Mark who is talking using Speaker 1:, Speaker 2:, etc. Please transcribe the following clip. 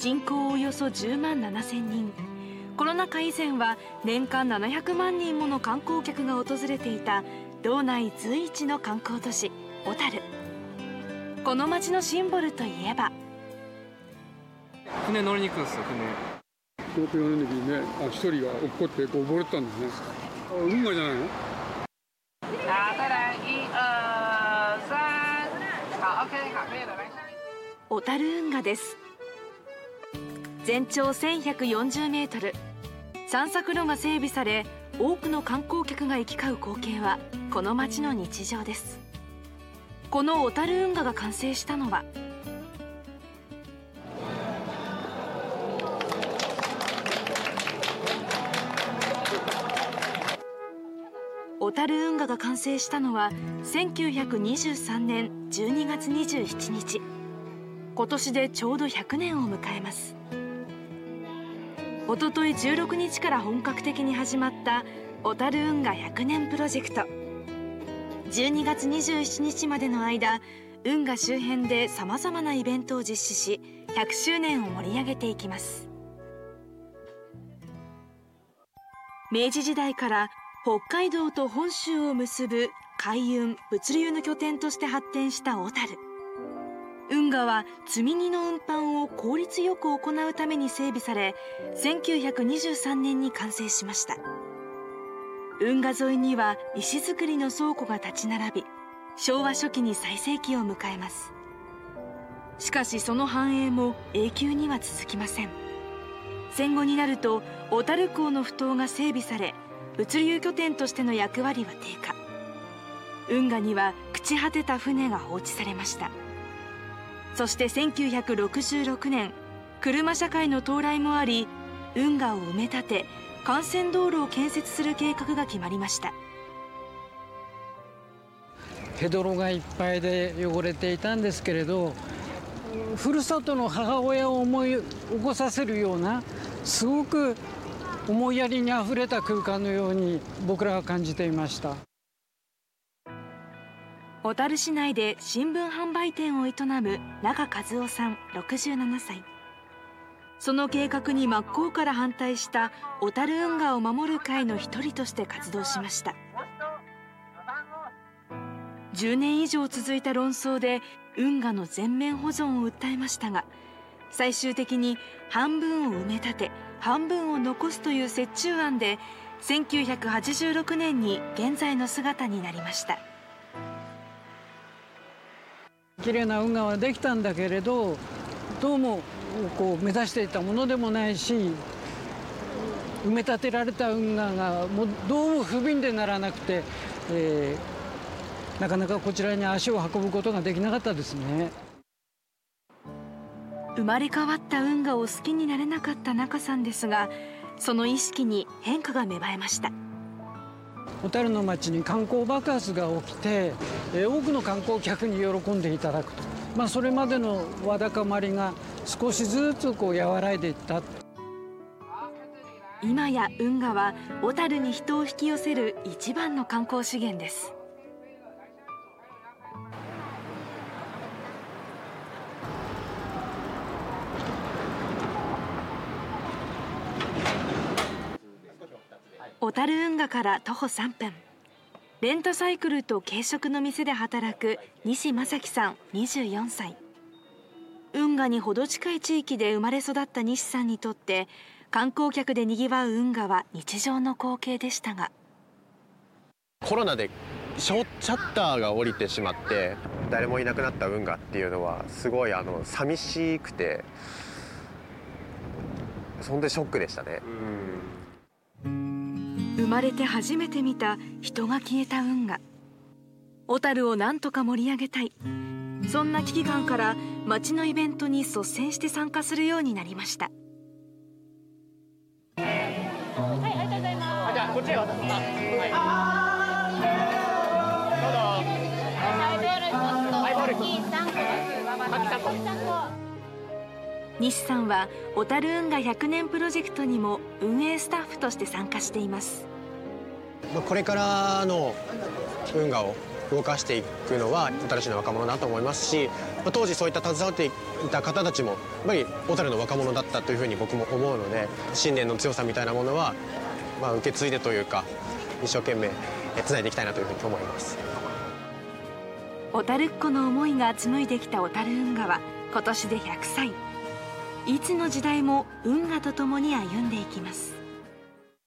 Speaker 1: 人口およそ10万7000人。コロナ禍以前は年間700万人もの観光客が訪れていた道内随一の観光都市小樽。この町のシンボルといえば、
Speaker 2: 船乗りに行くんですよ。
Speaker 3: ロープ乗りにね、一人が落っこって溺れたんですね。運河じゃないの？
Speaker 1: 小樽運河です。全長1140メートル、散策路が整備され、多くの観光客が行き交う光景はこの町の日常です。この小樽運河が完成したのは、小樽運河が完成したのは1923年12月27日。今年でちょうど100年を迎えます。おととい16日から本格的に始まった小樽運河100年プロジェクト。12月27日までの間、運河周辺でさまざまなイベントを実施し、100周年を盛り上げていきます。明治時代から北海道と本州を結ぶ海運・物流の拠点として発展した小樽。運河は積み荷の運搬を効率よく行うために整備され、1923年に完成しました。運河沿いには石造りの倉庫が立ち並び、昭和初期に最盛期を迎えます。しかしその繁栄も永久には続きません。戦後になると小樽港の埠頭が整備され、物流拠点としての役割は低下。運河には朽ち果てた船が放置されました。そして1966年、車社会の到来もあり、運河を埋め立て幹線道路を建設する計画が決まりました。
Speaker 4: ヘドロがいっぱいで汚れていたんですけれど、ふるさとの母親を思い起こさせるような、すごく思いやりにあふれた空間のように僕らは感じていました。
Speaker 1: 小樽市内で新聞販売店を営む中和夫さん67歳。その計画に真っ向から反対した小樽運河を守る会の一人として活動しました。10年以上続いた論争で運河の全面保存を訴えましたが、最終的に半分を埋め立て半分を残すという折衷案で1986年に現在の姿になりました。
Speaker 4: 綺麗な運河はできたんだけれど、どうも目指していたものでもないし、埋め立てられた運河がもうどうも不憫でならなくて、なかなかこちらに足を運ぶことができなかったですね。
Speaker 1: 生まれ変わった運河を好きになれなかった中さんですが、その意識に変化が芽生えました。
Speaker 4: 小樽の町に観光爆発が起きて、多くの観光客に喜んでいただくと、それまでのわだかまりが少しずつ和らいでいった。
Speaker 1: 今や運河は小樽に人を引き寄せる一番の観光資源です。小樽運河から徒歩3分、レンタサイクルと軽食の店で働く西正樹さん24歳。運河に程近い地域で生まれ育った西さんにとって、観光客でにぎわう運河は日常の光景でしたが、
Speaker 5: コロナでシャッターが降りてしまって誰もいなくなった運河っていうのはすごい寂しくて、そんでショックでしたね。
Speaker 1: 生まれて初めて見た人が消えた運河。小樽をなんとか盛り上げたい、そんな危機感から町のイベントに率先して参加するようになりました。
Speaker 6: はい、ありがとうございます。じゃあこっちへ渡すな。
Speaker 1: 西さんは小樽運河100年プロジェクトにも運営スタッフとして参加しています。
Speaker 5: これからの運河を動かしていくのは小樽市の若者だと思いますし、当時そういった携わっていた方たちもやっぱり小樽の若者だったというふうに僕も思うので、信念の強さみたいなものは、受け継いでというか一生懸命つないでいきたいなというふうに思います。
Speaker 1: 小樽っ子の思いが紡いできた小樽運河は今年で100歳。いつの時代も運河とともに歩んでいきます。